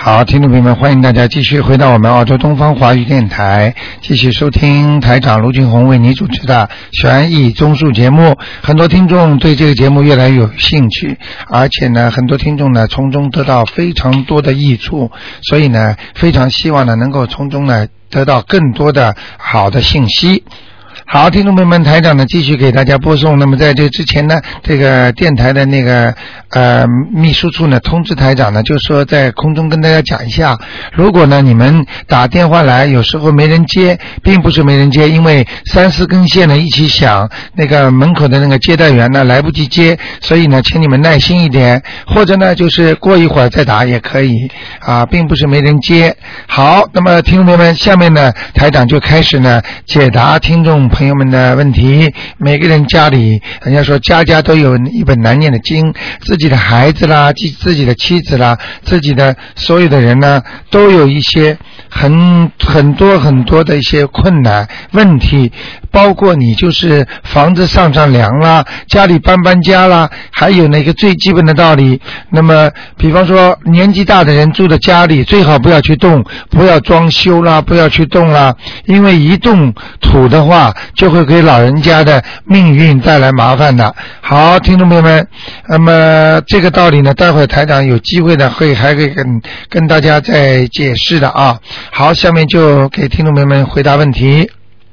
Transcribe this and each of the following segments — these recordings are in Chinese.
好，听众朋友们，欢迎大家继续回到我们澳洲东方华语电台，继续收听台长卢俊宏为你主持的悬疑综述节目。很多听众对这个节目越来越有兴趣，而且呢，很多听众呢从中得到非常多的益处，所以呢，非常希望呢能够从中呢得到更多的好的信息。好，听众朋友们，台长呢继续给大家播送。那么在这之前呢，这个电台的那个秘书处呢通知台长呢，就说在空中跟大家讲一下，如果呢你们打电话来，有时候没人接，并不是没人接，因为3-4根线呢一起响，那个门口的那个接待员呢来不及接，所以呢请你们耐心一点，或者呢就是过一会儿再打也可以啊，并不是没人接。好，那么听众朋友们，下面呢台长就开始呢解答听众朋友们的问题。每个人家里，人家说家家都有一本难念的经，自己的孩子啦，自己的妻子啦，自己的所有的人呢，都有一些很多的一些困难问题，包括你就是房子上梁啦，家里搬家啦，还有那个最基本的道理。那么比方说年纪大的人住的家里最好不要去动，不要装修啦，不要去动啦，因为一动土的话就会给老人家的命运带来麻烦的。好，听众朋友们，那么这个道理呢，待会台长有机会的还会跟大家再解释的啊。好，下面就给听众朋友们回答问题。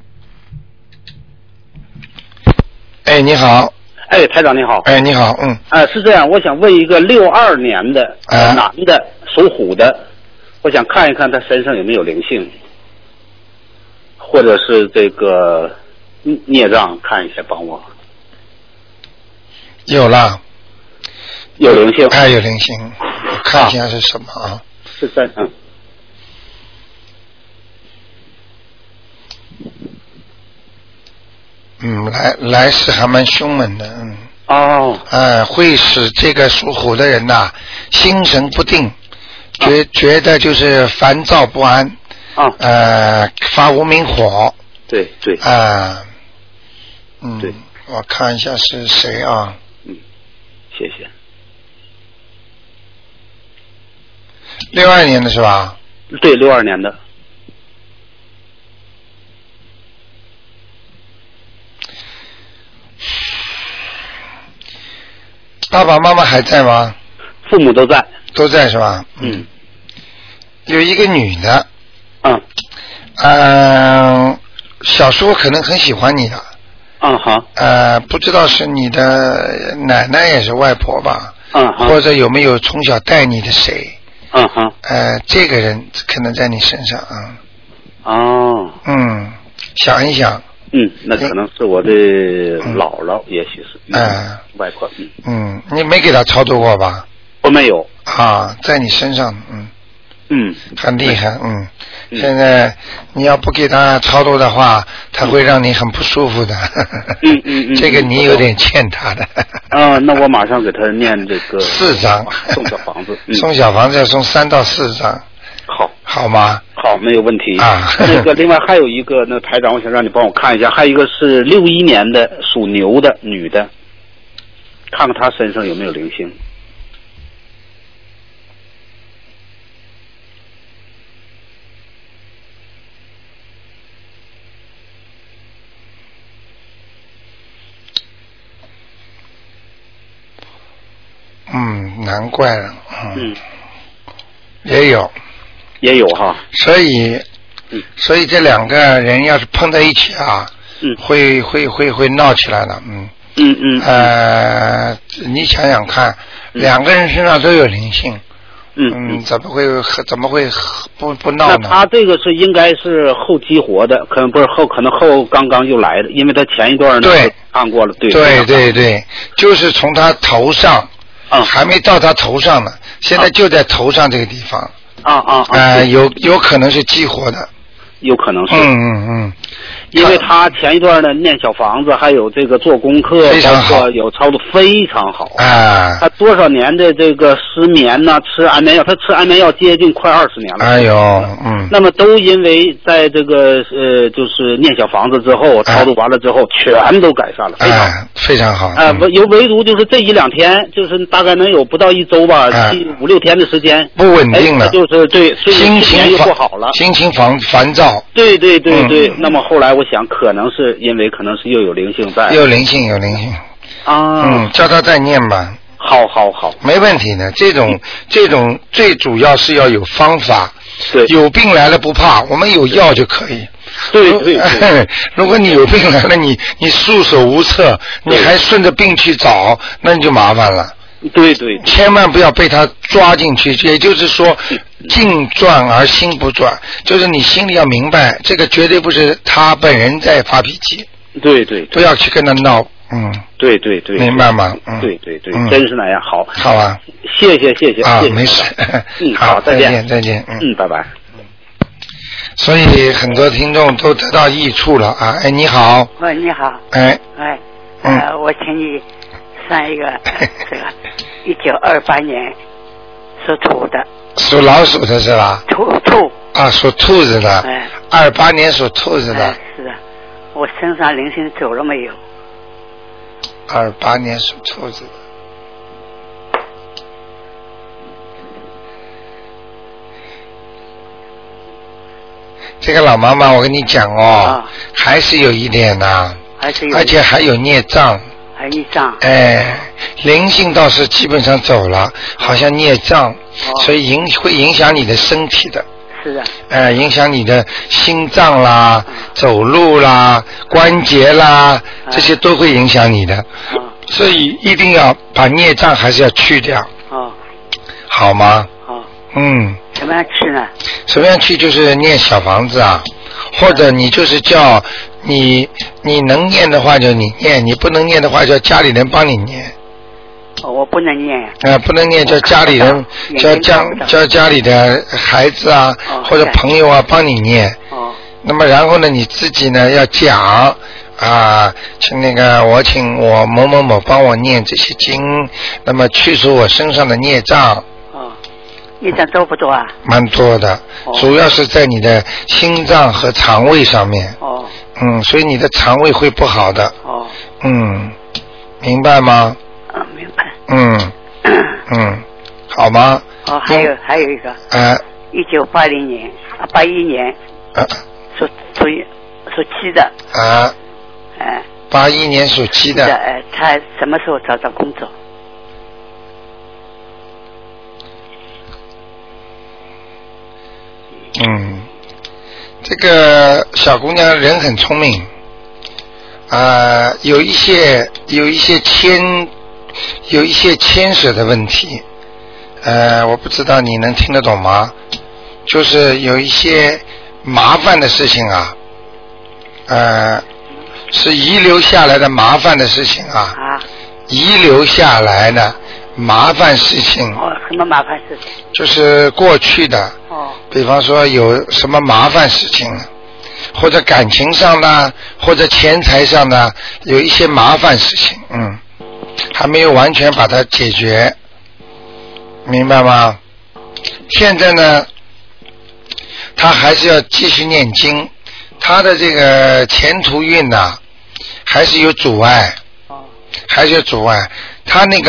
哎，你好。 哎，台长你好。 哎，你好， 是这样，我想问一个62年的男的，属虎的，我想看一看他身上有没有灵性，或者是这个孽障，看一下帮我。 有了。 有灵性。 哎，有灵性，我看一下是什么啊？ 是在来势还蛮凶猛的，会使这个属虎的人呐，心神不定，觉得就是烦躁不安，发无名火， 对， 对，我看一下是谁啊？ 谢谢。 62年的是吧？ 对，62年的。 爸爸妈妈还在吗？ 父母都在。 都在是吧？有一个女的。小时候可能很喜欢你的。 好。 不知道是你的奶奶也是外婆吧？或者有没有从小带你的谁？这个人可能在你身上想一想。 那可能是我的姥姥，也许是外婆。 你没给他超度过吧？ 我没有。 在你身上，很厉害，现在你要不给他超度的话，他会让你很不舒服的。这个你有点欠他的。 那我马上给他念这个 4张， 送小房子。 送小房子要送3到4张。好吗？ 好，没有问题。那个另外还有一个，那台长，我想让你帮我看一下，还有一个是61年的属牛的女的，看看她身上有没有灵性。 难怪了。也有哈。所以这两个人要是碰在一起啊，会闹起来的。你想想看，两个人身上都有灵性。怎么会不闹呢？ 那他这个是应该是后激活的，可能后刚刚就来的，因为他前一段看过了。 对，就是从他头上，还没到他头上呢，现在就在头上这个地方。有可能是激活的。 有可能是。 因为他前一段呢念小房子，还有这个做功课，包括有操作非常好啊。 他多少年的这个失眠呐，吃安眠药，他吃安眠药接近快20年了。 哎呦， 那么都因为在这个就是念小房子之后，操作完了之后，全都改善了， 非常好。 唯独就是这1-2天，就是大概能有不到1周吧，5-6天的时间不稳定了， 就是对，心情又不好了， 心情烦躁。 对。那么后来我想，可能是因为又有灵性在， 有灵性啊。叫他再念吧。 好， 没问题的。这种最主要是要有方法。 对， 有病来了不怕，我们有药就可以。 对。 如果你有病来了，你束手无策，你还顺着病去找，那你就麻烦了。 对， 千万不要被他抓进去。也就是说，境转而心不转，就是你心里要明白，这个绝对不是他本人在发脾气。 对， 不要去跟他闹。 对， 明白吗？ 对，真是那样。好啊， 谢谢啊，没事。 好，再见，拜拜。 所以很多听众都得到益处了啊！哎，你好。 喂，你好。我请你算一个这个1928年属兔的。 属老鼠的是吧？ 兔。 啊，属兔子的。28年属兔子的。 是的，我身上灵性走了没有 ？28年属兔子的。这个老妈妈，我跟你讲还是有一点呐，而且还有孽障。 还有孽障。 灵性倒是基本上走了，好像孽障，所以会影响你的身体的。 是的。 影响你的心脏啦、走路啦、关节啦，这些都会影响你的。所以一定要把孽障还是要去掉。好吗？ 怎么样去呢？ 什么样去就是念小房子啊，或者你就是叫你能念的话就你念，你不能念的话叫家里人帮你念。 我不能念。 不能念，叫家里人，叫家里的孩子啊，或者朋友啊帮你念。那么然后呢，你自己呢要讲请我某某某帮我念这些经，那么去除我身上的孽障。 孽障多不多啊？ 蛮多的，主要是在你的心脏和肠胃上面。所以你的肠胃会不好的。明白吗？ 明白。 好吗？ 还有一个。1981年属鸡的。 81年属鸡的。 他什么时候找到工作？ 这个小姑娘人很聪明，有一些牵扯的问题，我不知道你能听得懂吗？就是有一些麻烦的事情是遗留下来的麻烦的事情遗留下来的麻烦事情。 什么麻烦事情？ 就是过去的。比方说有什么麻烦事情，或者感情上的，或者钱财上的，有一些麻烦事情，还没有完全把它解决，明白吗？现在呢，他还是要继续念经，他的这个前途运呐，还是有阻碍，他那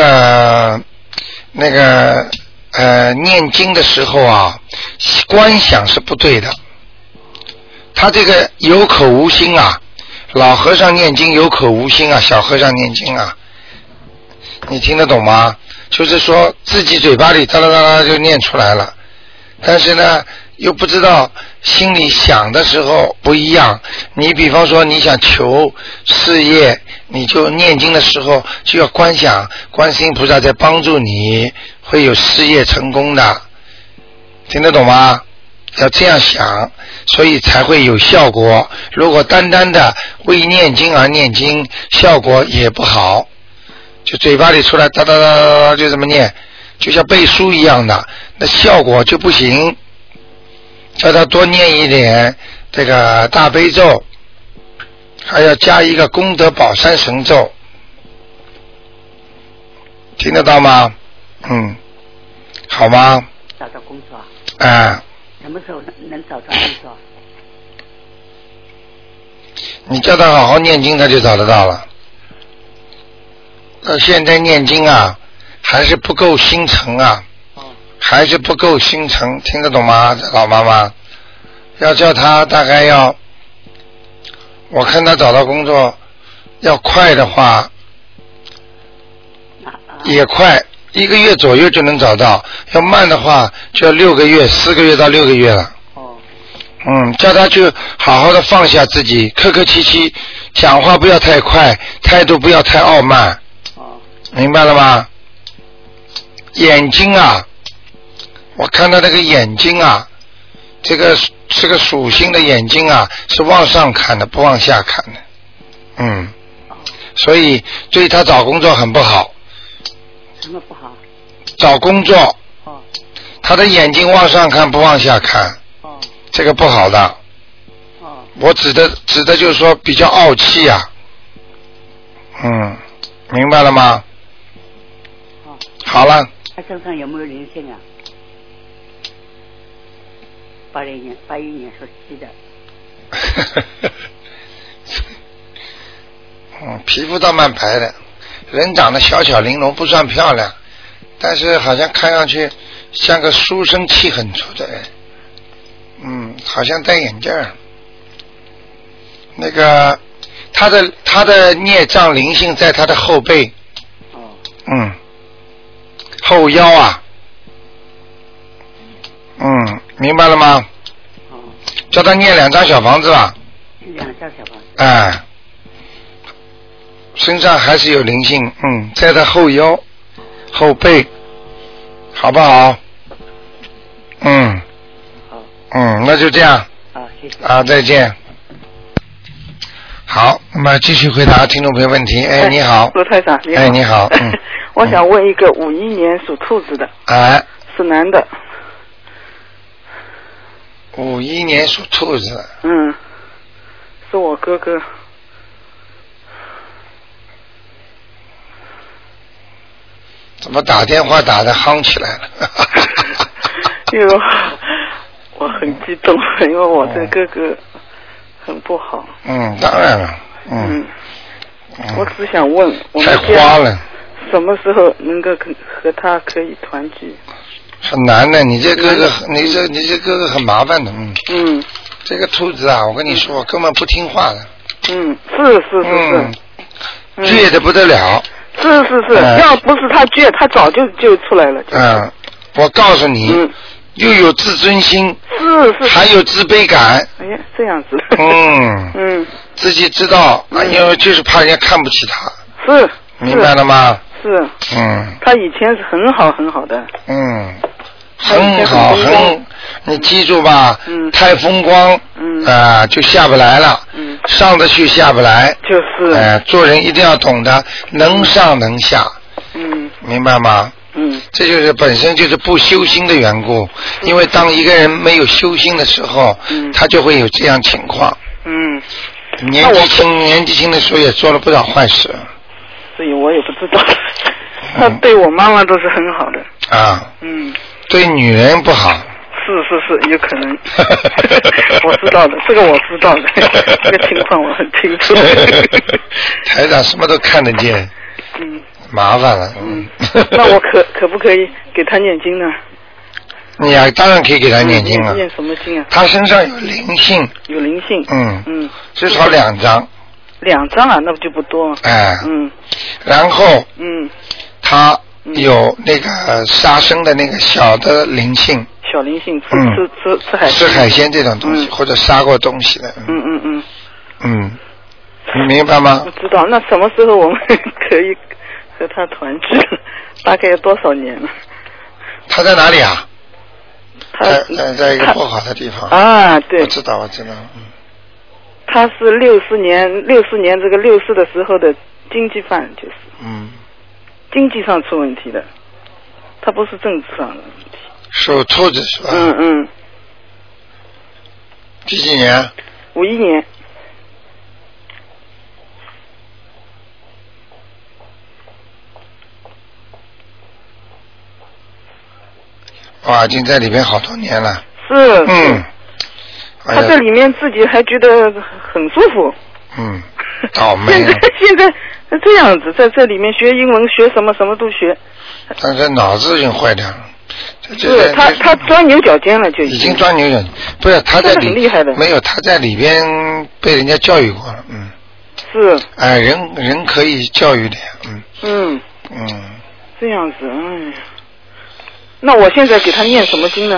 个念经的时候观想是不对的，他这个有口无心老和尚念经有口无心小和尚念经你听得懂吗？就是说自己嘴巴里哒啦哒啦就念出来了，但是呢又不知道心里想的时候不一样。你比方说你想求事业，你就念经的时候就要观想观世音菩萨在帮助你，会有事业成功的，听得懂吗？要这样想，所以才会有效果。如果单单的为念经而念经，效果也不好，就嘴巴里出来哒哒哒哒就这么念，就像背书一样的，那效果就不行。叫他多念一点这个大悲咒，还要加一个功德宝山神咒，听得到吗？好吗？ 找到工作。什么时候能找到工作？ 你叫他好好念经，他就找得到了。现在念经啊，还是不够心诚啊，还是不够心诚，听得懂吗，老妈妈？要叫他大概要，我看他找到工作要快的话，也快，1个月左右就能找到；要慢的话，就要6个月，4个月到6个月了。叫他去好好的放下自己，客客气气，讲话不要太快，态度不要太傲慢。明白了吗？眼睛啊，我看到那个眼睛啊，这个是个属性的眼睛啊，是往上看的，不往下看的。所以对他找工作很不好。 什么不好？ 找工作。他的眼睛往上看，不往下看。这个不好的。我指的就是说比较傲气啊。明白了吗？好了。 他身上有没有灵性啊？81年属鸡的。 皮肤倒蛮白的，人长得小巧玲珑，不算漂亮，但是好像看上去像个书生气很足的人。好像戴眼镜儿。那个他的孽障灵性在他的后背。后腰啊。明白了吗？叫他念2张小房子吧。 2张小房子。 身上还是有灵性，在他后腰、后背，好不好？那就这样。 好，谢谢。 再见。好，那么继续回答听众朋友问题。你好， 卢台长，你好。 你好。 我想问一个51年属兔子的。是男的。 51年属兔子的。 是我哥哥。 怎么打电话打得夯起来了？ 因为我很激动，因为我这哥哥很不好。 当然了。 我只想问，我们太花了。 什么时候能够和他可以团聚？ 很难的，你这哥哥，你这哥哥很麻烦的。这个兔子啊，我跟你说，根本不听话的。 是。 倔得不得了。 是，要不是他倔，他早就出来了。 我告诉你，又有自尊心， 是， 还有自卑感。 哎呀，这样子。 自己知道，因为就是怕人家看不起他。 是。 明白了吗？ 是。他以前是很好的。很好，你记住吧。太风光，就下不来了。上得去下不来。 就是。 做人一定要懂得能上能下。明白吗？这就是本身就是不修心的缘故。因为当一个人没有修心的时候，他就会有这样情况。年纪轻的时候也做了不少坏事。 所以我也不知道。他对我妈妈都是很好的。 对女人不好。 是，有可能。我知道的，这个我知道的，这个情况我很清楚。 台长什么都看得见。麻烦了。 那我可不可以给他念经呢？ 你呀，当然可以给他念经了。 念什么经啊？ 他身上有灵性。 有灵性。 至少2张。 2张啊，那不就不多。 然后。他有那个杀生的那个小的灵性。 小灵性，吃海鲜。 吃海鲜这种东西，或者杀过东西的。你明白吗？ 我知道。那什么时候我们可以和他团聚？大概有多少年了？ 他在哪里啊？在一个不好的地方。 对。 我知道。 他是64年这个64的时候的经济犯，就是。经济上出问题的，他不是政治上的问题。 属兔子是吧？ 几几年 ？51年。 哇，已经在里面好多年了。 是。他在里面自己还觉得很舒服。 倒霉。 现在这样子，在这里面学英文，学什么都学。 但是脑子已经坏掉了。 是他钻牛角尖了，就已经钻牛角尖，不是他在里很厉害的。 没有，他在里边被人家教育过了， 是。 人可以教育的， 这样子，那我现在给他念什么经呢？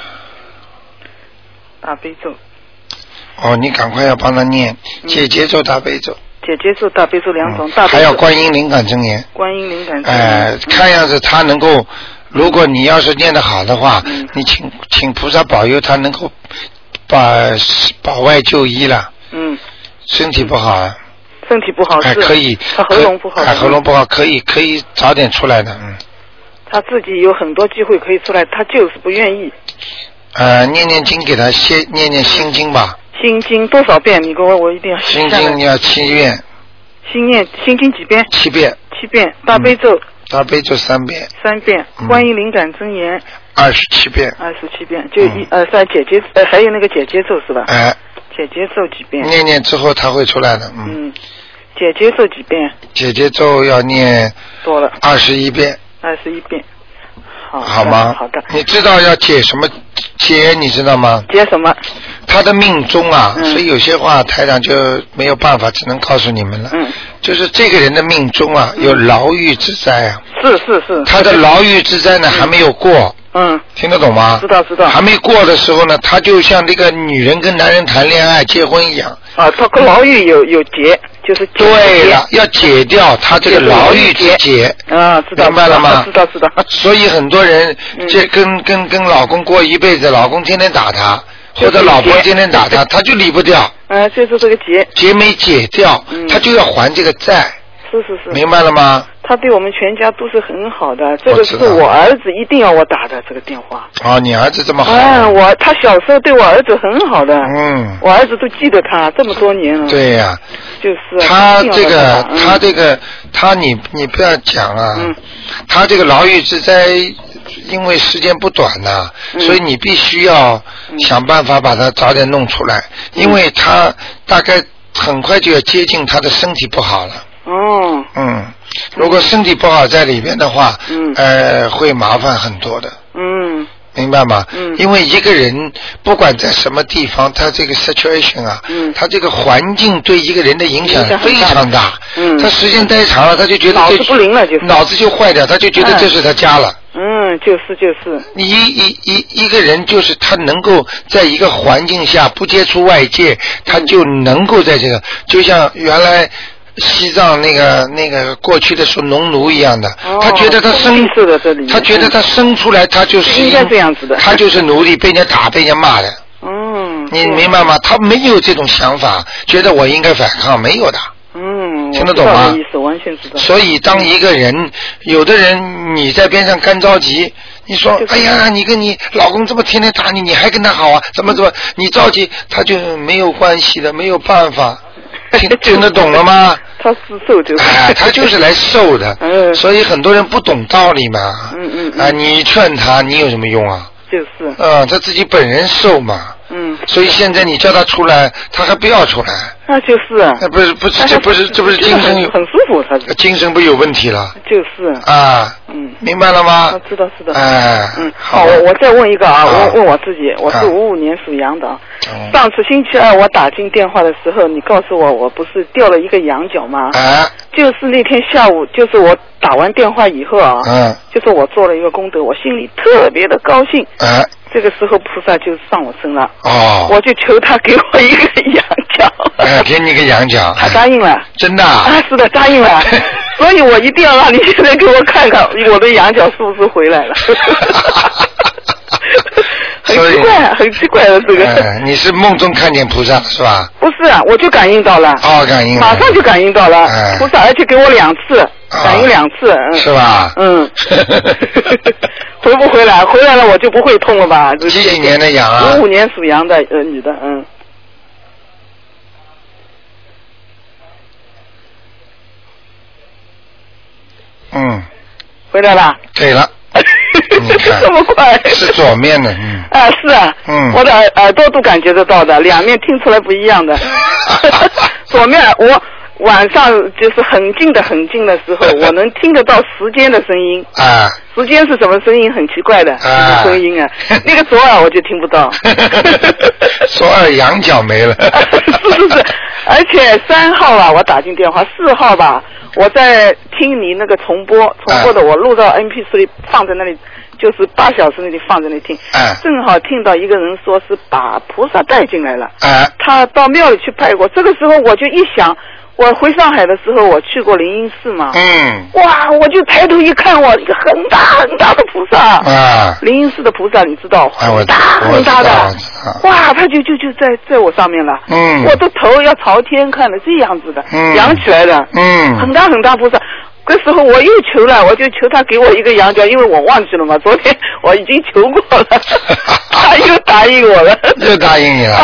大悲咒。 你赶快要帮他念解结咒、大悲咒。 解结咒、大悲咒2种，大悲咒还要观音灵感真言。 观音灵感真言。 看样子他能够，如果你要是念得好的话，你请菩萨保佑他能够保外就医了。身体不好啊。 身体不好是。 可以。 他喉咙不好。 喉咙不好，可以早点出来的。 他自己有很多机会可以出来，他就是不愿意。 念念经给他先念念心经吧。 心经多少遍？你给我一定要心经要7遍。 心经几遍？7遍。7遍。大悲咒。 大悲咒3遍。 3遍。观音灵感真言。 27遍。 27遍，就在解结还有那个解结咒是吧？解结咒几遍？ 念念之后他会出来的。 解结咒几遍？ 解结咒要念多了。 21遍。 21遍。 好吗？ 好的。 你知道要解什么结？你知道吗？ 解什么？ 他的命中啊，所以有些话台长就没有办法，只能告诉你们了。就是这个人的命中啊，有牢狱之灾啊。 是。他的牢狱之灾呢，还没有过。听得懂吗？ 知道。 还没过的时候呢，他就像这个女人跟男人谈恋爱、结婚一样。 他跟牢狱有结，就是对了，要解掉他这个牢狱之结。 知道。 明白了吗？ 知道。 所以很多人跟老公过一辈子，老公天天打他，或者老婆天天打他，他就离不掉。 就是这个结没解掉，他就要还这个债。 是。 明白了吗？ 他对我们全家都是很好的，这个是我儿子一定要我打的这个电话。 你儿子这么好。 他小时候对我儿子很好的。我儿子都记得他这么多年了。 对呀。 就是他你不要讲啊。他这个牢狱之灾，因为时间不短呐，所以你必须要想办法把他早点弄出来，因为他大概很快就要接近他的身体不好了。如果身体不好在里边的话，会麻烦很多的。明白吗？因为一个人不管在什么地方，他这个 situation 啊，他这个环境对一个人的影响非常大。他时间待长了，他就觉得脑子不灵了， 脑子就坏掉，他就觉得这是他家了。 就是。 你一个人就是他能够在一个环境下不接触外界，他就能够在这个，就像原来西藏那个过去的时候农奴一样的，他觉得他生出来他就是应该这样子的， 他就是奴隶，被人家打被人家骂的。你明白吗？他没有这种想法，觉得我应该反抗，没有的。听得懂吗？ 意思完全知道。 所以当一个人，有的人你在边上干着急，你说哎呀，你跟你老公这么天天打你，你还跟他好啊？怎么？你着急，他就没有关系的，没有办法。听得懂了吗？ 他是受就是。 他就是来受的。所以很多人不懂道理嘛。你劝他，你有什么用啊？ 就是。 他自己本人受嘛。所以现在你叫他出来，他还不要出来。 那就是啊。 不是，这不是精神很舒服，他精神不有问题了。 就是明白了吗？ 知道。 好， 我再问一个啊，问我自己，我是55年属羊的。上次星期二我打进电话的时候，你告诉我不是掉了一个羊角吗？就是那天下午，就是我打完电话以后啊，就是我做了一个功德，我心里特别的高兴。这个时候菩萨就上我身了。我就求他给我一个羊角。 给你个羊角。 他答应了。真的？是的，答应了。所以我一定要让你现在给我看看我的羊角是不是回来了。很奇怪的这个。 你是梦中看见菩萨是吧？ 不是啊，我就感应到了。 感应了。 马上就感应到了。菩萨，而且给我2次，感应2次。 是吧？ 回不回来？回来了我就不会痛了吧？ 几几年的羊啊？ 55年属羊的女的。 回来了。 给了。 这么快？ 是左面的， 是啊，我的耳朵都感觉得到的，两面听出来不一样的。左面我晚上就是很近的时候，我能听得到时间的声音。时间是什么声音？很奇怪的声音啊。那个左耳我就听不到。 左耳羊角没了。 是，而且3号吧，我打进电话，4号吧，我在听你那个重播的，我录到 MP4 里放在那里，就是8小时那里放在那里听，正好听到一个人说是把菩萨带进来了，他到庙里去拜过，这个时候我就一想。我回上海的时候，我去过灵隐寺嘛。哇！我就抬头一看，哇，一个很大很大的菩萨。灵隐寺的菩萨，你知道，很大很大的。哇！他就在我上面了。我的头要朝天看的，这样子的，扬起来的。很大很大菩萨。这时候我又求了，我就求他给我一个羊角，因为我忘记了嘛，昨天我已经求过了，他又答应我了。 又答应你了。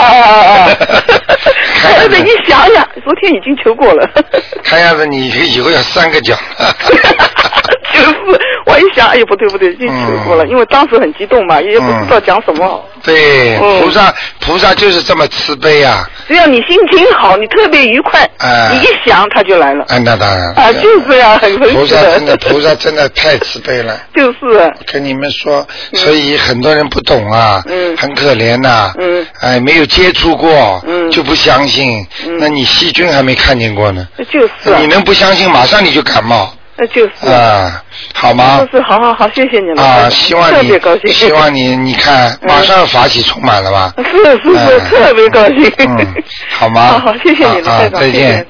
我一想想，昨天已经求过了。 看样子你以后要3个角。 就是我一想，哎呦不对，已经求过了，因为当时很激动嘛，也不知道讲什么。 对，菩萨就是这么慈悲啊。 只要你心情好，你特别愉快，你一想他就来了。 那当然。 就是这样，很菩萨真的太慈悲了。 就是。 跟你们说，所以很多人不懂啊，很可怜呐。没有接触过，就不相信。那你细菌还没看见过呢。 就是。 你能不相信，马上你就感冒。 就是好吗？ 就是好，谢谢你了。 希望你特别高兴。 希望你看，马上法喜充满了吧？ 是，特别高兴。 好吗？ 好，谢谢你了， 再见。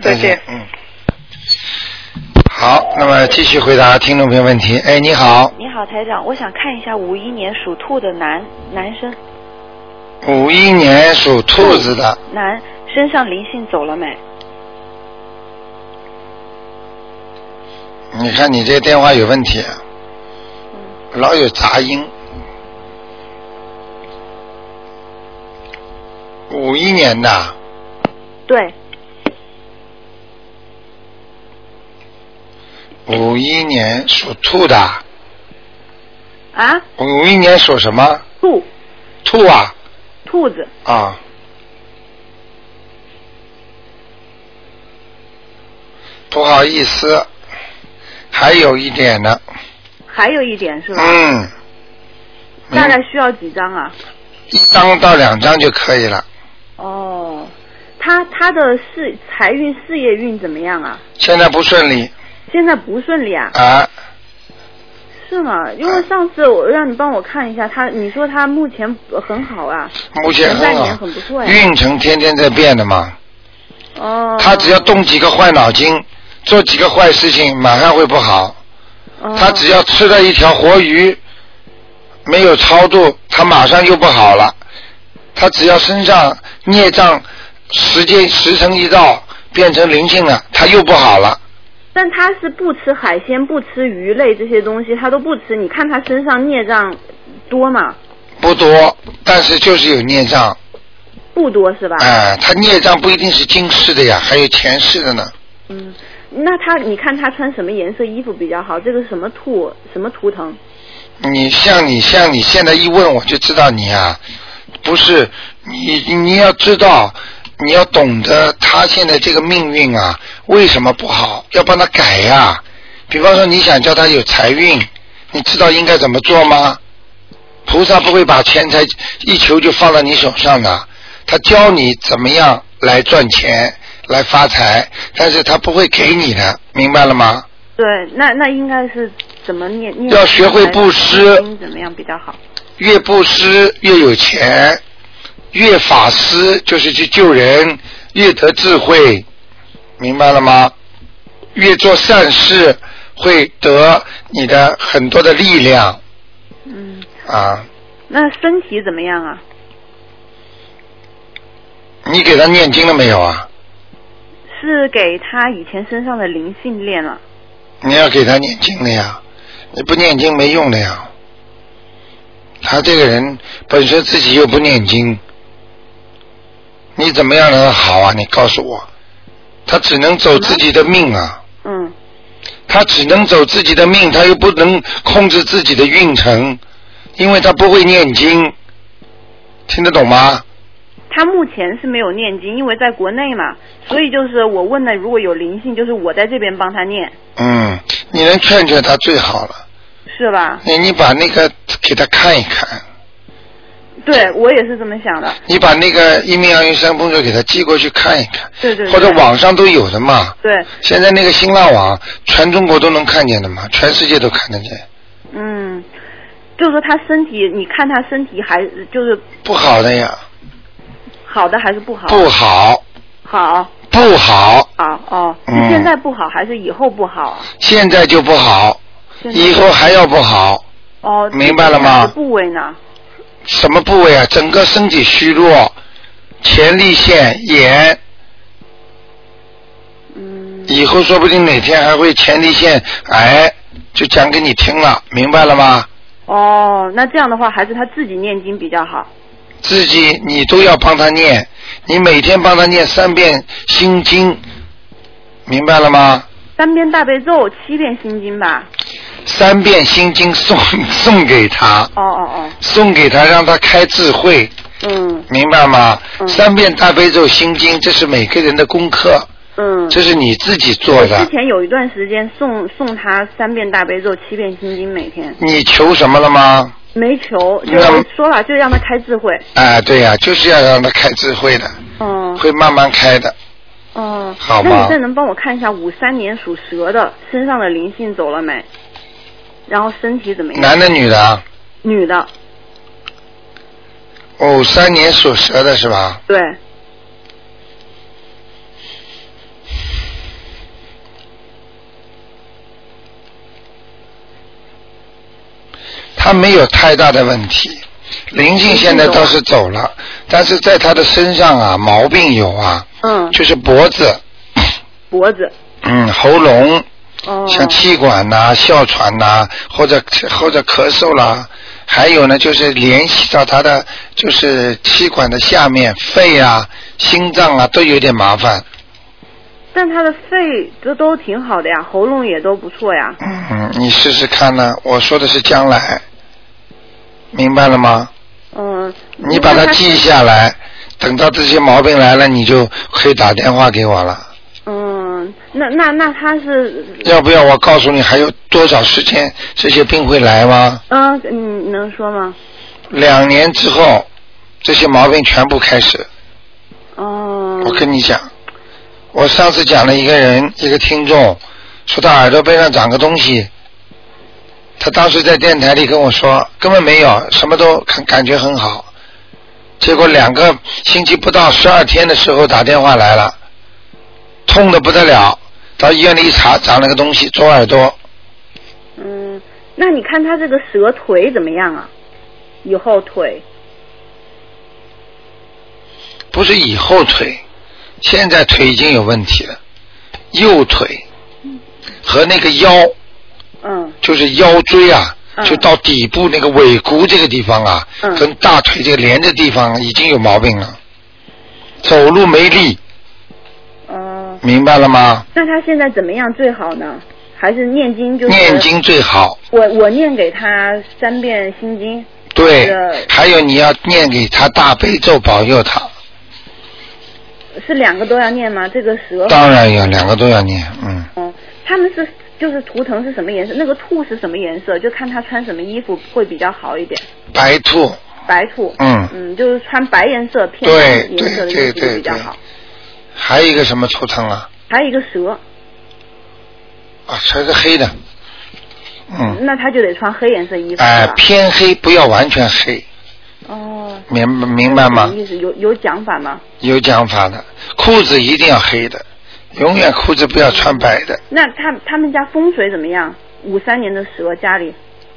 好，那么继续回答听众朋友问题。哎，你好。 你好，台长，我想看一下51年属兔的男生。 51年属兔子的男，身上灵性走了没？ 你看你这个电话有问题，老有杂音。51年的。 对。 51年属兔的。 啊 ？51年属什么？兔啊。 兔子。 啊。不好意思。还有一点呢。 还有一点是吧？大概需要几张啊？1张到2张就可以了。 哦，他的财运、事业运怎么样啊？ 现在不顺利。 现在不顺利啊？是吗？因为上次我让你帮我看一下你说他目前很好啊。 目前很好。前半年很不错呀。 运程天天在变的嘛。他只要动几个坏脑筋。做几个坏事情马上会不好。他只要吃了一条活鱼没有超度，他马上就不好了。他只要身上孽障时辰一到变成灵性了，他又不好了。 但他是不吃海鲜不吃鱼类这些东西他都不吃，你看他身上孽障多吗？ 不多，但是就是有孽障。 不多是吧？ 他孽障不一定是今世的呀，还有前世的呢。 那你看他穿什么颜色衣服比较好？这个什么图腾？你像你现在一问我就知道你啊，不是你要知道，你要懂得他现在这个命运啊，为什么不好，要帮他改呀。比方说你想叫他有财运，你知道应该怎么做吗？菩萨不会把钱财一求就放到你手上的，他教你怎么样来赚钱。来发财，但是他不会给你的，明白了吗？ 对，那应该是怎么念？ 要学会布施， 怎么样比较好？ 越布施越有钱，越法师就是去救人，越得智慧，明白了吗？越做善事会得你的很多的力量。 那身体怎么样啊？ 你给他念经了没有啊？ 是给他以前身上的灵性练了。 你要给他念经的呀，你不念经没用的呀。他这个人本身自己又不念经，你怎么样能好啊？你告诉我，他只能走自己的命啊。 他只能走自己的命，他又不能控制自己的运程，因为他不会念经，听得懂吗？ 他目前是没有念经，因为在国内嘛，所以就是我问的，如果有灵性，就是我在这边帮他念。 你能劝劝他最好了。 是吧？ 你把那个给他看一看。 对，我也是这么想的。 你把那个一命二运三风水给他寄过去看一看。 对对。 或者网上都有的嘛。 对。 现在那个新浪网，全中国都能看见的嘛，全世界都看得见。 就是说他身体，你看他身体还就是不好的呀。 好的还是不好？ 不好。 好。 不好。 是现在不好还是以后不好？ 现在就不好。以后还要不好。明白了吗？ 部位呢？ 什么部位啊？整个身体虚弱，前列腺炎。以后说不定哪天还会前列腺癌，就讲给你听了，明白了吗？ 那这样的话还是他自己念经比较好。 自己你都要帮他念，你每天帮他念3遍心经，明白了吗 ？3遍大悲咒，7遍心经吧。 3遍心经送给他。送给他，让他开智慧。明白吗？3遍大悲咒心经，这是每个人的功课。这是你自己做的。 我之前有一段时间送他3遍大悲咒，7遍心经每天。 你求什么了吗？ 没求，就说了，就让他开智慧。 对呀，就是要让他开智慧的。会慢慢开的。好吗？ 那你再能帮我看一下53年属蛇的身上的灵性走了没？然后身体怎么样？ 男的女的？ 女的。 53年属蛇的是吧？ 对。 他没有太大的问题，灵性现在倒是走了，但是在他的身上啊，毛病有啊。就是脖子。喉咙。像气管呐、哮喘呐，或者咳嗽啦，还有呢就是联系到他的就是气管的下面，肺啊、心脏啊都有点麻烦。 但他的肺都挺好的呀，喉咙也都不错呀。 你试试看呢，我说的是将来，明白了吗？你把它记下来，等到这些毛病来了，你就可以打电话给我了。 那他是要不要我告诉你还有多少时间这些病会来吗？ 你能说吗 ？2年之后这些毛病全部开始。我跟你讲，我上次讲了一个听众说他耳朵边上长个东西，他当时在电台里跟我说根本没有，什么都感觉很好，结果2个星期不到12天的时候打电话来了，痛得不得了，到医院里一查，长了个东西，左耳朵。 那你看他这个蛇腿怎么样啊？以后腿？ 不是以后腿，现在腿已经有问题了，右腿和那个腰，就是腰椎啊，就到底部那个尾骨这个地方啊，跟大腿这个连着地方已经有毛病了，走路没力。明白了吗？ 那他现在怎么样最好呢？还是念经就是？ 念经最好。 我念给他3遍心经。 对，还有你要念给他大悲咒，保佑他。 是2个都要念吗？这个蛇？ 当然要2个都要念， 他们是就是图腾是什么颜色？那个兔是什么颜色？就看他穿什么衣服会比较好一点。 白兔。 白兔。就是穿白颜色偏白颜色的衣服比较好。 还有一个什么图腾啊？ 还有一个蛇。 全是黑的。 那他就得穿黑颜色衣服。 偏黑，不要完全黑。明白吗？ 意思有讲法吗？ 有讲法的，裤子一定要黑的，永远裤子不要穿白的。 那他们家风水怎么样？53年的蛇家里。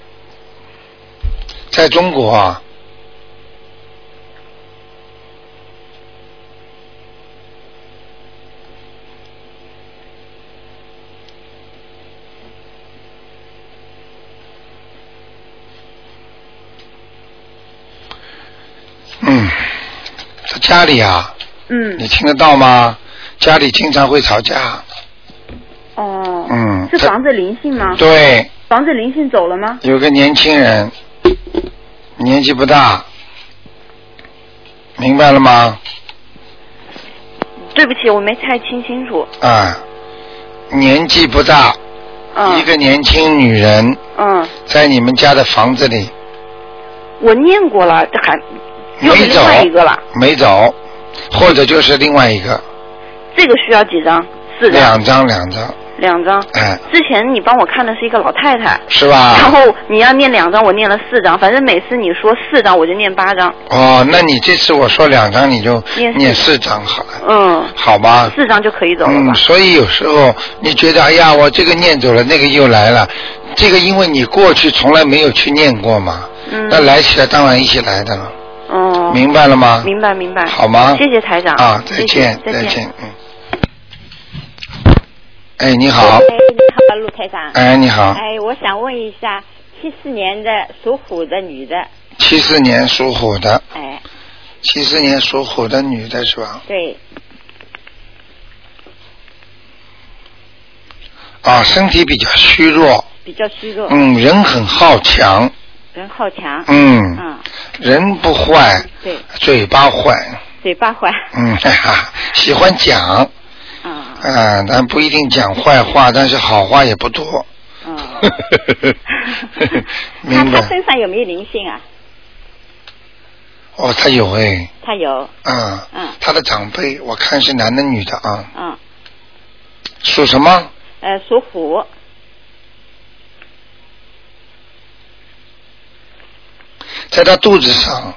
在中国啊。他家里啊，你听得到吗？家里经常会吵架。 是房子灵性吗？ 对。 房子灵性走了吗？ 有个年轻人，年纪不大，明白了吗？ 对不起，我没太听清楚。 啊，年纪不大，一个年轻女人，在你们家的房子里。 我念过了，这还又是另外一个了。 没走，或者就是另外一个。 这个需要几张？4张。2张。之前你帮我看的是一个老太太。 是吧？ 然后你要念2张，我念了4张，反正每次你说4张，我就念8张。 哦，那你这次我说2张，你就念4张好了。好吧。 4张就可以走了吧？ 所以有时候你觉得，哎呀，我这个念走了，那个又来了，这个因为你过去从来没有去念过嘛。那来起来当然一起来的了。明白了吗？ 明白。 好吗？ 谢谢台长。 再见。哎，你好。 你好，陆台长。 哎，你好。 哎，我想问一下，74年的属虎的女的。 74年属虎的。 哎。 74年属虎的女的是吧？ 对。 身体比较虚弱。人很好强。人不坏。 对。 嘴巴坏。喜欢讲。但不一定讲坏话，但是好话也不多。明白。 他身上有没有灵性啊？ 他有哎。 他有。 他的长辈，我看是男的女的啊。属什么？ 属虎。 在他肚子上。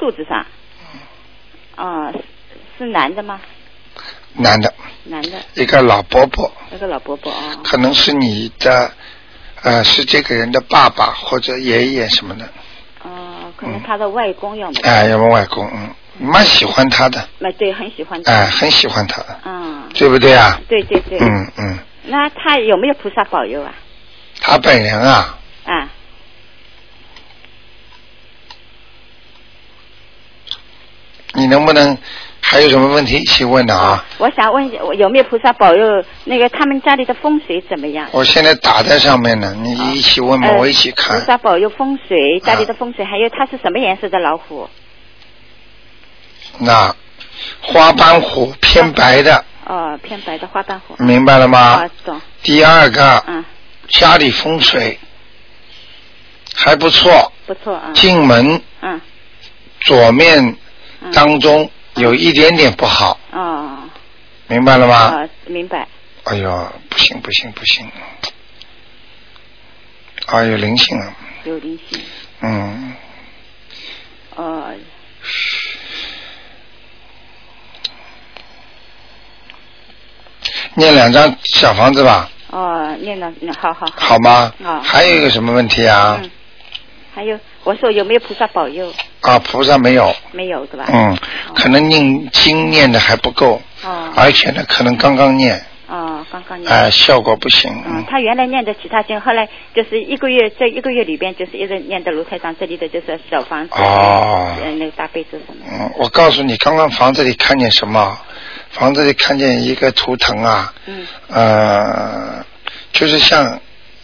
是男的吗？ 男的。一个老伯伯。可能是你的，是这个人的爸爸或者爷爷什么的。 可能他的外公要么。 要么外公，蛮喜欢他的。 对，很喜欢他。 很喜欢他。对不对啊？ 对。那他有没有菩萨保佑啊？ 他本人啊。你能不能还有什么问题一起问的啊？ 我想问有没有菩萨保佑那个他们家里的风水怎么样？ 我现在打在上面呢，你一起问嘛，我一起看。 菩萨保佑风水，家里的风水，还有它是什么颜色的老虎？ 那花斑虎，偏白的。 偏白的花斑虎。 明白了吗？ 懂。 第二个，家里风水还不错。进门，左面当中有一点点不好。明白了吗？ 明白。 哎呦，不行！有灵性了。 有灵性。 念2张小房子吧。 念了，好。 好吗？还有一个什么问题啊？ 还有，我说有没有菩萨保佑？ 菩萨没有。 没有是吧？ 可能念经念的还不够。而且呢，可能刚刚念。 刚刚念。 效果不行。 他原来念的其他经，后来就是1个月，在1个月里边就是一直念的卢台长这里的就是小房子。那个大悲咒什么。 我告诉你，刚刚房子里看见什么？房子里看见一个图腾啊。就是像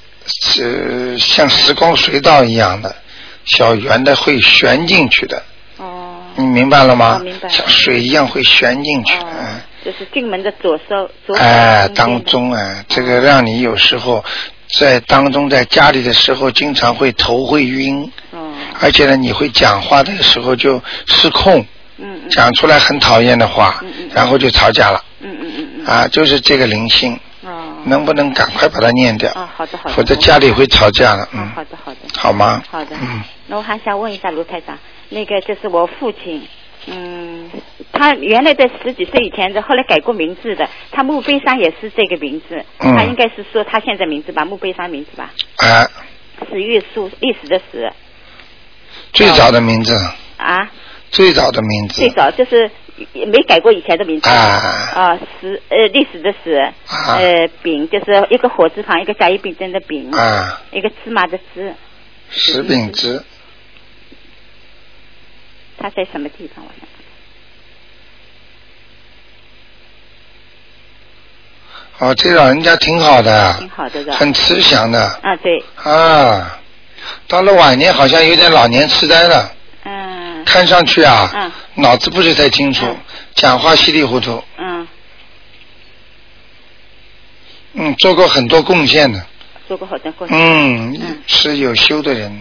时光隧道一样的小圆的会旋进去的。你明白了吗？ 明白。 像水一样会旋进去。 就是进门的左手。 当中这个让你有时候在当中在家里的时候经常会头会晕。而且呢，你会讲话的时候就失控。讲出来很讨厌的话。然后就吵架了。就是这个灵性。能不能赶快把它念掉？ 好的。 否则家里会吵架了。 好的。 好吗？ 好的。那我还想问一下卢台长，那个就是我父亲，他原来在10几岁以前的，后来改过名字的，他墓碑上也是这个名字。他应该是说他现在名字吧，墓碑上名字吧。史玉树，历史的史。 最早的名字。最早的名字。 最早就是没改过以前的名字。历史的史。丙就是一个火字旁，一个甲乙丙丁的丙。一个芝麻的芝。 石秉之。 他在什么地方？我想。 哦，这老人家挺好的。 挺好的是吧？ 很慈祥的。 啊，对。 啊，到了晚年好像有点老年痴呆了。看上去啊，脑子不是太清楚，讲话稀里糊涂。做过很多贡献的。 做过好多贡献。 是有修的人。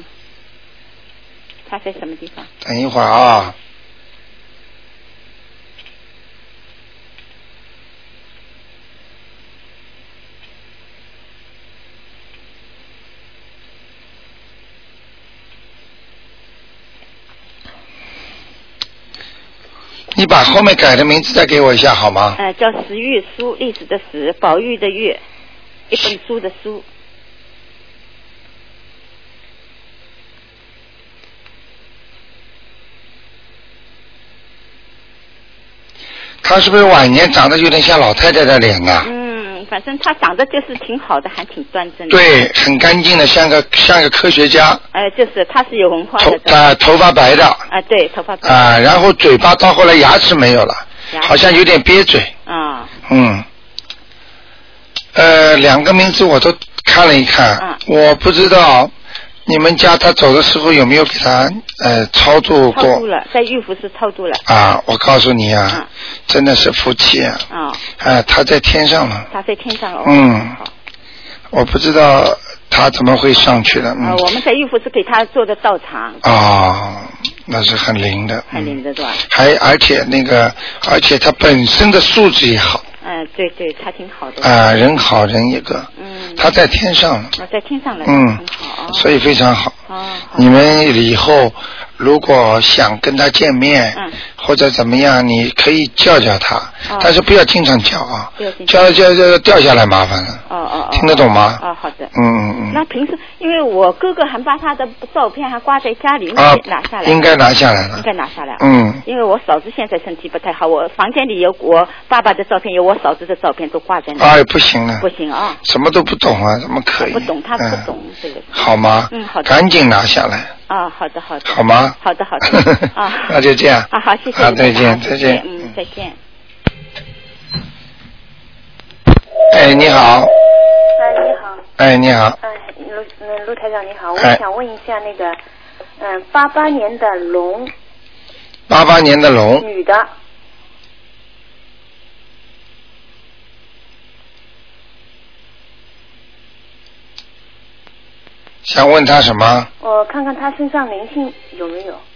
他在什么地方？ 等一会儿啊。你把后面改的名字再给我一下好吗？ 叫石玉书，历史的史，宝玉的玉，一本书的书。 他是不是晚年长得有点像老太太的脸啊？ 反正他长得就是挺好的，还挺端正的。 对，很干净的，像个科学家。 就是他是有文化的。 头发白的。 对，头发白。 然后嘴巴到后来牙齿没有了，好像有点憋嘴。两个名字我都看了一看，我不知道你们家他走的时候有没有给他超度过？ 超度了，在玉府是超度了。 我告诉你啊，真的是福气啊！他在天上了。 他在天上了。 我不知道他怎么会上去的。 我们在玉府是给他做的道场。 那是很灵的。 很灵的是吧？ 而且他本身的素质也好。 对对，他挺好的。 人好人一个。他在天上了。 在天上了。很好。 所以非常好。你们以后如果想跟他见面，或者怎么样，你可以叫他，但是不要经常叫啊，叫掉下来麻烦了。听得懂吗？ 好的。那平时因为我哥哥还把他的照片还挂在家里，拿下来。 应该拿下来了。 应该拿下来。因为我嫂子现在身体不太好，我房间里有我爸爸的照片，有我嫂子的照片都挂在那。 不行了。 不行啊。 什么都不懂啊，怎么可以？ 不懂，他不懂这个。 好吗？ 好的。 赶紧拿下来。 好的好的。 好吗？ 好的好的。 那就这样。 好，谢谢。 再见再见。 再见。 你好。 你好。 你好。 卢台长你好，我想问一下那个，88年的龙。 88年的龙。 女的。 想问他什么？ 我看看他身上灵性有没有。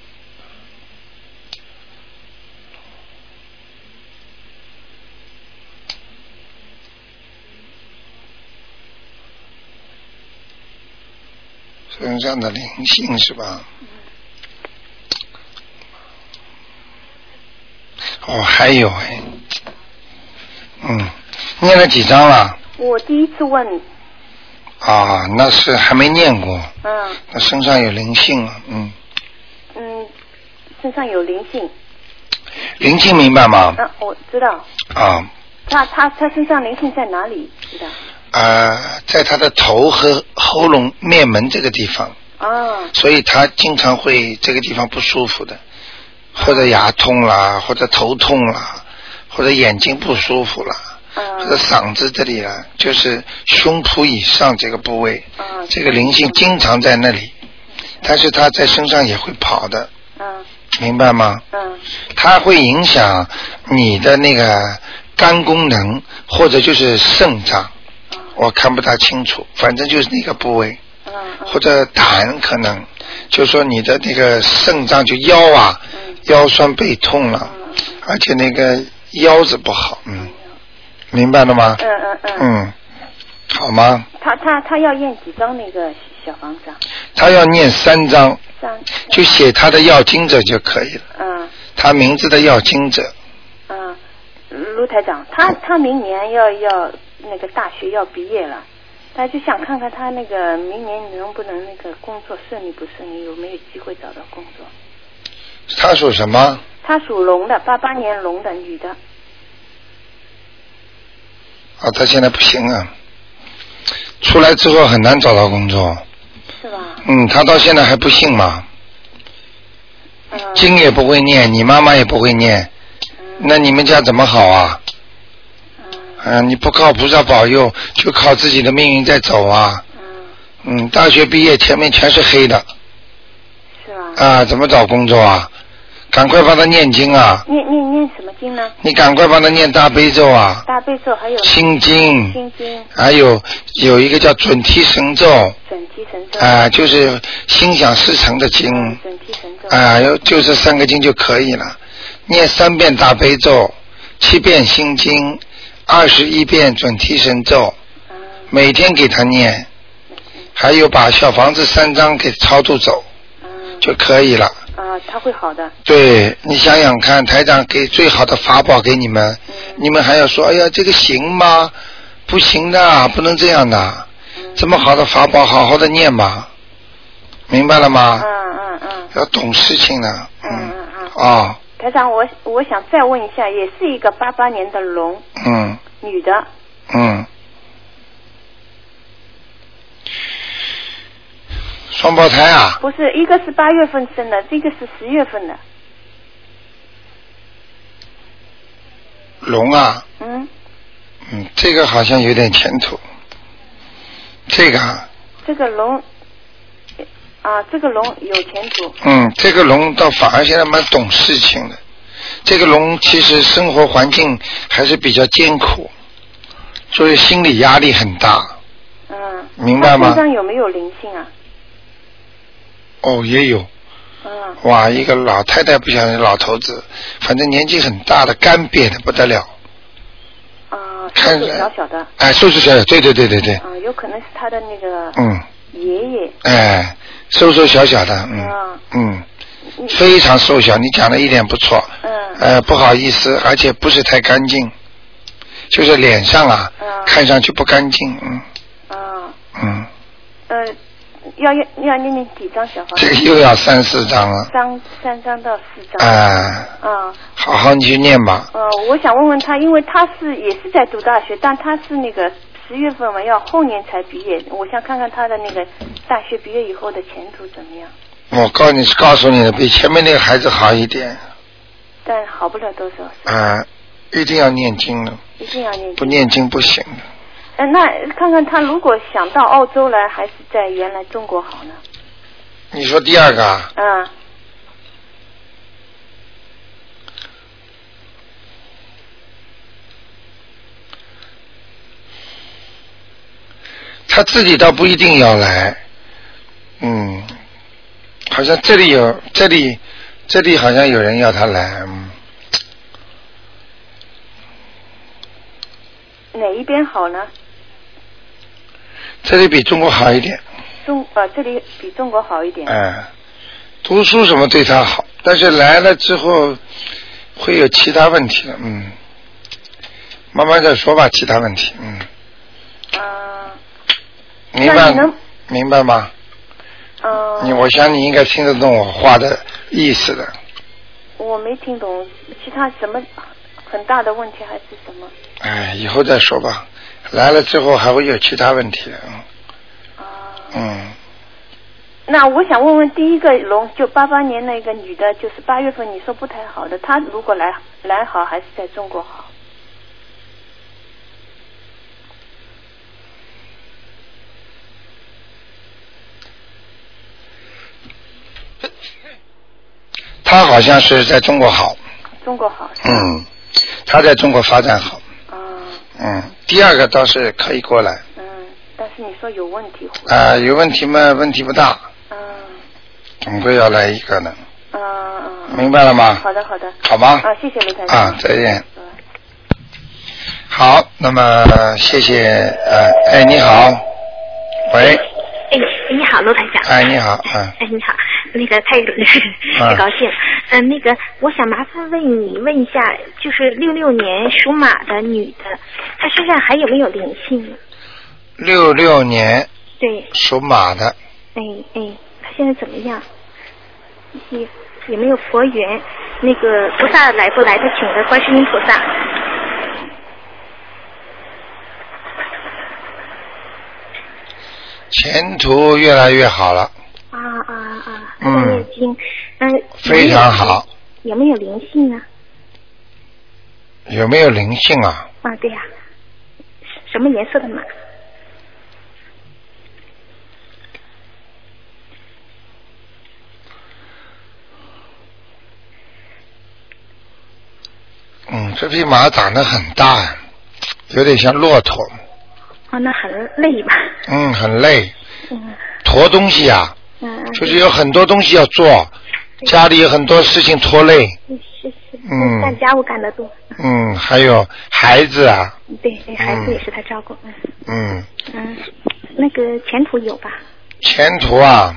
身上的灵性是吧？还有念了几张了？ 我第一次问。 那是还没念过。那身上有灵性了。 身上有灵性。 灵性明白吗？ 我知道。他身上灵性在哪里？知道。 在他的头和喉咙面门这个地方。所以他经常会这个地方不舒服的，或者牙痛啦，或者头痛啦，或者眼睛不舒服啦，或者嗓子这里啦，就是胸脯以上这个部位，这个灵性经常在那里，但是他在身上也会跑的。明白吗？它会影响你的那个肝功能，或者就是肾脏。我看不大清楚，反正就是那个部位。或者胆可能，就是说你的那个肾脏就腰啊，腰酸背痛了，而且那个腰子不好，明白了吗？好吗？ 他要念几张那个小房子？ 他要念3张，就写他的要经者就可以了。他名字的要经者。 卢台长，他明年要那个大学要毕业了。他就想看看他那个明年能不能那个工作顺利不顺利，有没有机会找到工作。 他属什么？ 他属龙的，88年龙的女的。 他现在不行啊，出来之后很难找到工作。 是吧？ 他到现在还不信嘛。经也不会念，你妈妈也不会念，那你们家怎么好啊？ 你不靠菩萨保佑，就靠自己的命运在走啊。大学毕业前面全是黑的。 是吧？ 怎么找工作啊？赶快帮他念经啊！ 念什么经呢？ 你赶快帮他念大悲咒啊！ 大悲咒还有心经，还有一个叫准提神咒。 准提神咒。 就是心想事成的经。 准提神咒。 就这3个经就可以了。念3遍大悲咒，7遍心经，21遍准提神咒，每天给他念，还有把小房子3张给超度走，就可以了。 他会好的。对， 你想想看，台长给最好的法宝给你们，你们还要说，哎呀，这个行吗？不行的，不能这样的。这么好的法宝，好好的念嘛，明白了吗？要懂事情的。 台长，我想再问一下，也是一个88年的龙。女的。 双胞胎啊？ 不是，一个是8月份生的，这个是10月份的。 龙啊？这个好像有点前途。这个啊？这个龙有前途。 这个龙倒反而现在蛮懂事情的。这个龙其实生活环境还是比较艰苦，所以心理压力很大。明白吗？ 他身上有没有灵性啊？ 也有。哇，一个老太太不晓得老头子，反正年纪很大的，干瘪的不得了。 瘦瘦小小的。 瘦瘦小小，对。 有可能是他的那个爷爷。 瘦瘦小小的，非常瘦小，你讲的一点不错。不好意思，而且不是太干净，就是脸上看上去不干净。 要念几张小房子？ 这个又要3、4张了。 3张到4张。 好好你去念吧。 我想问问他，因为他也是在读大学，但他是那个10月份嘛，要后年才毕业。我想看看他的那个大学毕业以后的前途怎么样。 我告诉你的，比前面那个孩子好一点。 但好不了多少。 一定要念经了。 一定要念经。 不念经不行的。 那看看他如果想到澳洲来，还是在原来中国好呢？ 你说第2个啊？他自己倒不一定要来。好像这里好像有人要他来。 哪一边好呢？ 这里比中国好一点。 这里比中国好一点。 读书什么对他好，但是来了之后会有其他问题的。慢慢再说吧，其他问题。明白吗？我想你应该听得懂我话的意思的。 我没听懂，其他什么很大的问题还是什么？ 以后再说吧。来了之后还会有其他问题的。 那我想问问，第一个龙就88年那个女的，就是8月份你说不太好的，她如果来好还是在中国好？ 她好像是在中国好。 中国好。 她在中国发展好。第2个倒是可以过来。 但是你说有问题。 有问题吗？问题不大。总归要来一个的。明白了吗？ 好的。 好吗？ 谢谢卢台长。 再见。好，那么谢谢。你好。喂。 你好，卢台长。 你好。 你好，那个太高兴。那个我想麻烦问一下，就是66年属马的女的，她身上还有没有灵性 ？66年。 对。 属马的。 她现在怎么样？有没有佛缘？那个菩萨来不来？她请的观世音菩萨。 前途越来越好了。 念经。 非常好。 有没有灵性啊？ 有没有灵性啊？ 对呀。 什么颜色的马？ 这匹马长得很大，有点像骆驼。 那很累吧？ 很累。驮东西啊。就是有很多东西要做，家里有很多事情拖累。 是。干家务干得多。 还有孩子啊。 对，孩子也是他照顾。那个前途有吧？ 前途啊。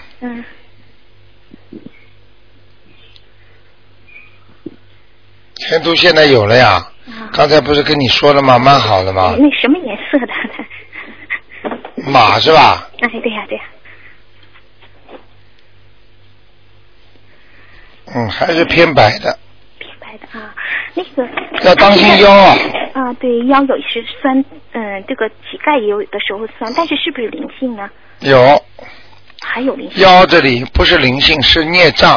前途现在有了呀。刚才不是跟你说了吗？蛮好的吗？ 那什么颜色的？ 马是吧？ 对呀。 还是偏白的。 偏白的啊，那个要当心腰啊。 对，腰有时酸，这个膝盖也有的时候酸，但是是不是灵性呢？ 有。 还有灵性。 腰这里不是灵性，是孽障。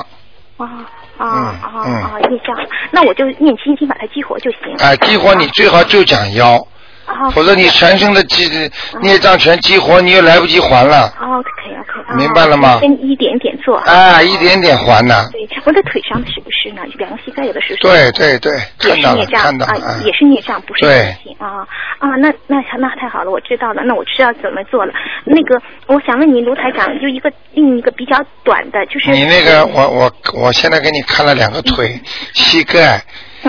孽障，那我就念心经把它激活就行。 激活你最好就讲腰。否则你全身的孽障全激活，你又来不及还了。 可以。 明白了吗？ 先一点点做。 一点点还呢。 对，我的腿上是不是呢？两个膝盖有的时候。 对， 看到了。也是孽障，不是灵性那太好了，我知道了，那我知道怎么做了。那个，我想问你，卢台长，就另一个比较短的，就是你那个，我现在给你看了2个腿，膝盖，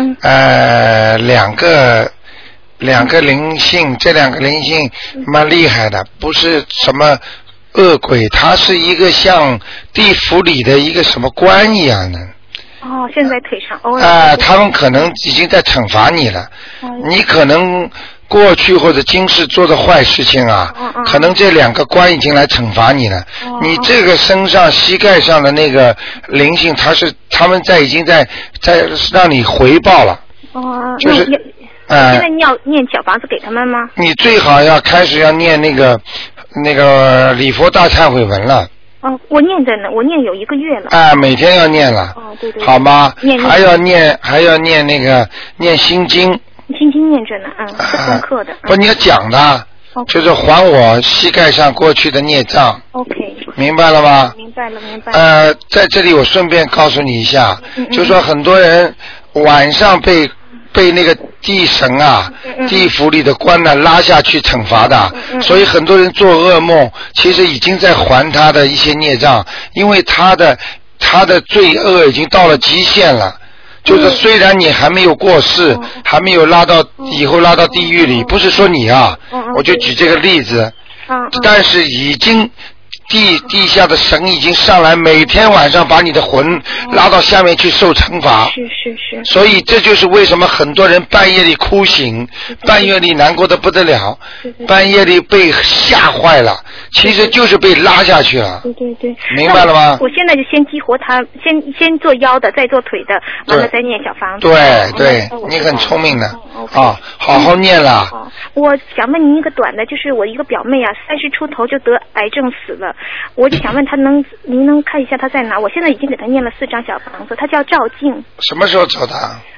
两个灵性，这2个灵性蛮厉害的，不是什么恶鬼，它是一个像地府里的一个什么官一样的。 现在腿上他们可能已经在惩罚你了。你可能过去或者今世做的坏事情啊，可能这2个官已经来惩罚你了。你这个身上膝盖上的那个灵性，他们已经在让你回报了。就是现在你要念小房子给他们吗？ 你最好要开始要念那个礼佛大忏悔文了。 我念着呢，我念有1个月了。 每天要念了。 对。 好吗？还要念那个念心经。 心经念着呢，是功课的。 不，你要讲的，就是还我膝盖上过去的孽障。 OK。 明白了吗？ 明白了。 在这里我顺便告诉你一下，就说很多人晚上被那个地神地府里的官拉下去惩罚的，所以很多人做噩梦，其实已经在还他的一些孽障，因为他的罪恶已经到了极限了。就是虽然你还没有过世，还没有以后拉到地狱里，不是说你我就举这个例子，但是已经地下的神已经上来，每天晚上把你的魂拉到下面去受惩罚。 是。 所以这就是为什么很多人半夜里哭醒，半夜里难过的不得了，半夜里被吓坏了，其实就是被拉下去了。 对。 明白了吗？ 我现在就先激活他，先做腰的，再做腿的，完了再念小房子。 对，你很聪明的好好念了。 我想问您一个短的，就是我一个表妹30出头就得癌症死了，我就想问她您能看一下她在哪？我现在已经给她念了4张小房子，她叫赵静。 什么时候走的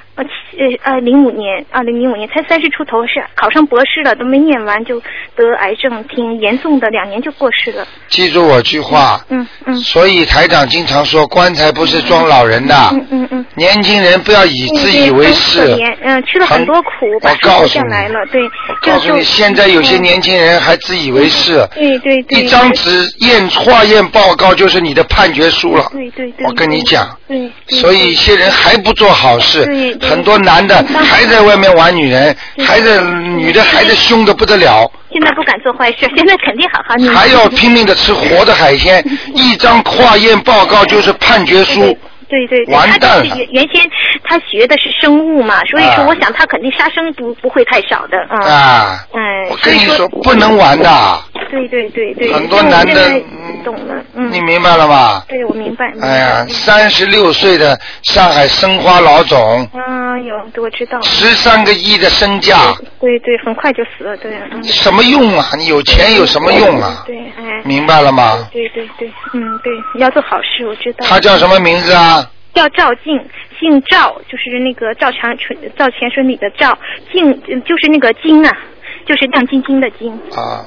？2005年才30出头，是考上博士了，都没念完就得癌症，挺严重的，2年就过世了。 记住我句话。所以台长经常说，棺材不是装老人的。年轻人不要自以为是。 吃了很多苦，把书活下来了。对。 告诉你，现在有些年轻人还自以为是。 对。 一张纸化验报告就是你的判决书了。 对。 我跟你讲。 对。 所以一些人还不做好事。很多男的还在外面玩女人，女的还在凶得不得了。 现在不敢做坏事，现在肯定好好念。 还要拼命的吃活的海鲜，一张化验报告就是判决书。 对， 完蛋了。 原先他学的是生物嘛，所以说我想他肯定杀生不会太少的我跟你说不能玩的。 对。 很多男的懂了。 你明白了吗？ 对，我明白。 36岁的上海申花老总。 有，我知道。 13个亿的身价。 对，很快就死了，对。 什么用啊？你有钱有什么用啊？ 对， 明白了吗？ 对，对，要做好事，我知道。 他叫什么名字啊？ 叫赵静，姓赵，就是那个赵钱孙李的赵，静就是那个金啊， 就是亮晶晶的晶。 啊。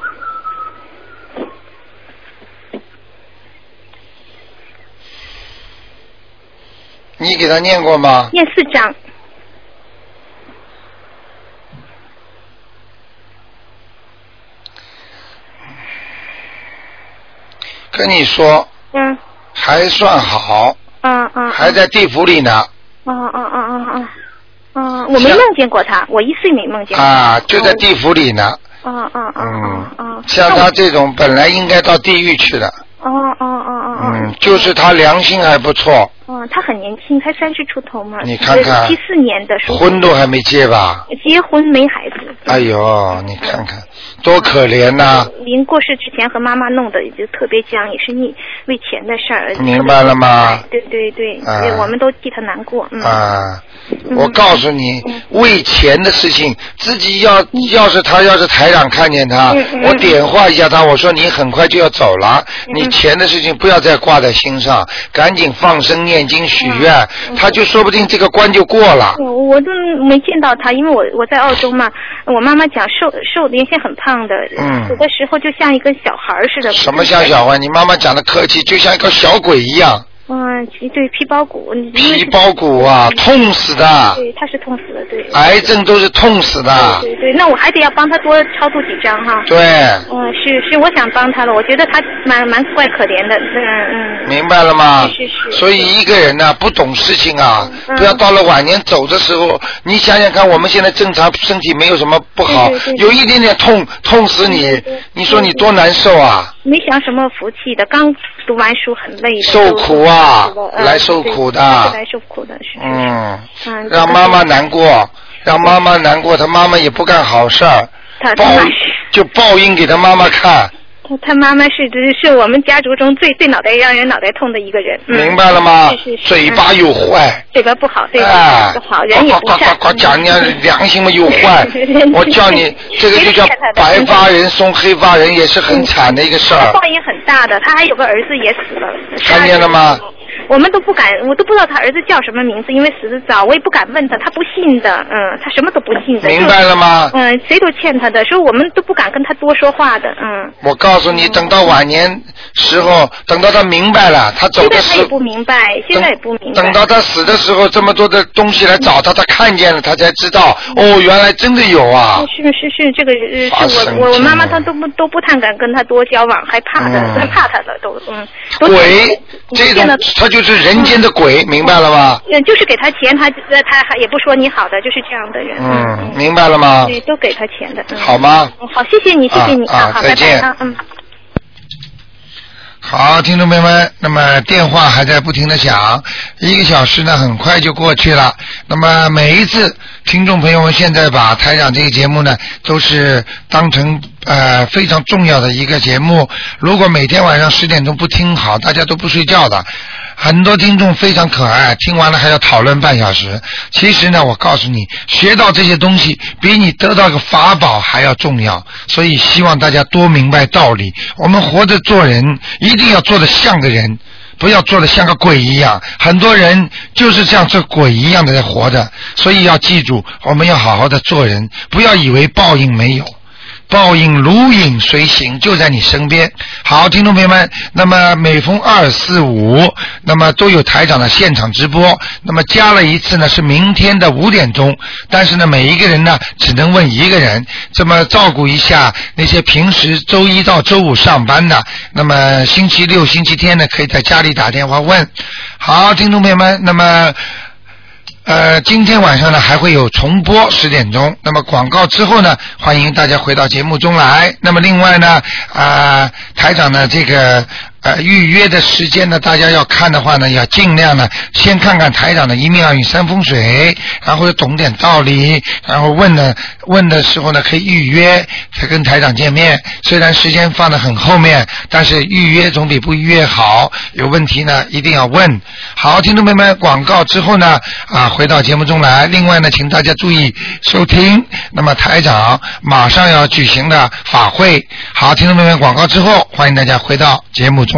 你给他念过吗？ 念4章。 跟你说，还算好，还在地府里呢。 我没梦见过他，我1岁没梦见过。 啊，就在地府里呢。像他这种本来应该到地狱去的。就是他良心还不错。 他很年轻，才30出头嘛。 你看看 ，74年的， 婚都还没结吧？ 结婚没孩子。 哎呦，你看看多可怜呐！ 临过世之前和妈妈弄的也就特别僵，也是你为钱的事儿。 明白了吗？ 对对对，我们都替他难过。 我告诉你，为钱的事情，自己要是台长看见他，我点化一下他，我说你很快就要走了，你钱的事情不要再挂在心上，赶紧放生念经许愿，他就说不定这个关就过了。 我都没见到他，因为我在澳洲嘛，我妈妈讲瘦原先很胖的，有的时候就像一个小孩似的。 什么像小孩？你妈妈讲的客气，就像一个小鬼一样。 对，皮包骨。 皮包骨啊，痛死的。 对，他是痛死的，对。 癌症都是痛死的。 对，那我还得要帮他多超度几张哈。 对。 是，我想帮他了，我觉得他蛮怪可怜的， 明白了吗？ 是。 所以一个人呢，不懂事情啊，不要到了晚年走的时候，你想想看，我们现在正常身体没有什么不好，有一点点痛死你，你说你多难受啊！ 没享什么福气的，刚读完书很累的。 受苦啊，来受苦的。 来受苦的是。 让妈妈难过，他妈妈也不干好事儿，报应给他妈妈看。 他妈妈是我们家族中最让人脑袋痛的一个人。 明白了吗？ 是。 嘴巴又坏。 嘴巴不好，对吧？不好，人也不善。 呱讲人家良心嘛又坏。我叫你，这个就叫白发人送黑发人，也是很惨的一个事儿。 报应很大的，他还有个儿子也死了。 看见了吗？ 我们都不敢，我都不知道他儿子叫什么名字，因为死得早，我也不敢问他，他不信的，他什么都不信的。 明白了吗？ 谁都欠他的，所以我们都不敢跟他多说话的， 我告诉你，等到晚年时候，等到他明白了，他走的时候。 现在他也不明白，现在也不明白。 等到他死的时候，这么多的东西来找他，他看见了，他才知道，原来真的有啊。 是，这个是我妈妈她都不太敢跟他多交往，害怕的，怕他的都。 鬼，这种他就是人间的鬼，明白了吗？ 就是给他钱，他还也不说你好的，就是这样的人。 明白了吗？ 对，都给他钱的。 好吗？ 好，谢谢你啊，好， 再见。 拜拜。 好，听众朋友们，那么电话还在不停的响，1个小时呢很快就过去了。那么每一次听众朋友们现在把台长这个节目呢都是当成非常重要的一个节目，如果每天晚上10点钟不听好，大家都不睡觉的。很多听众非常可爱，听完了还要讨论半小时。其实呢，我告诉你，学到这些东西比你得到个法宝还要重要，所以希望大家多明白道理。我们活着做人一定要做得像个人，不要做得像个鬼一样。很多人就是像这鬼一样的在活着，所以要记住，我们要好好的做人，不要以为报应没有，报应如影随形，就在你身边。好，听众朋友们，那么每逢2、4、5，那么都有台长的现场直播。那么加了一次呢，是明天的5点钟，但是呢，每一个人呢只能问1个人，这么照顾一下那些平时周1到周5上班的，那么星期六、星期天呢，可以在家里打电话问。好，听众朋友们，那么今天晚上呢还会有重播10点钟，那么广告之后呢，欢迎大家回到节目中来。那么另外呢，台长呢这个预约的时间呢，大家要看的话呢，要尽量呢先看看台长的1命2运3风水，然后懂点道理，然后问的时候呢可以预约才跟台长见面。虽然时间放得很后面，但是预约总比不预约好，有问题呢一定要问。好，听众朋友们，广告之后呢回到节目中来。另外呢，请大家注意收听那么台长马上要举行的法会。好，听众朋友们，广告之后欢迎大家回到节目中。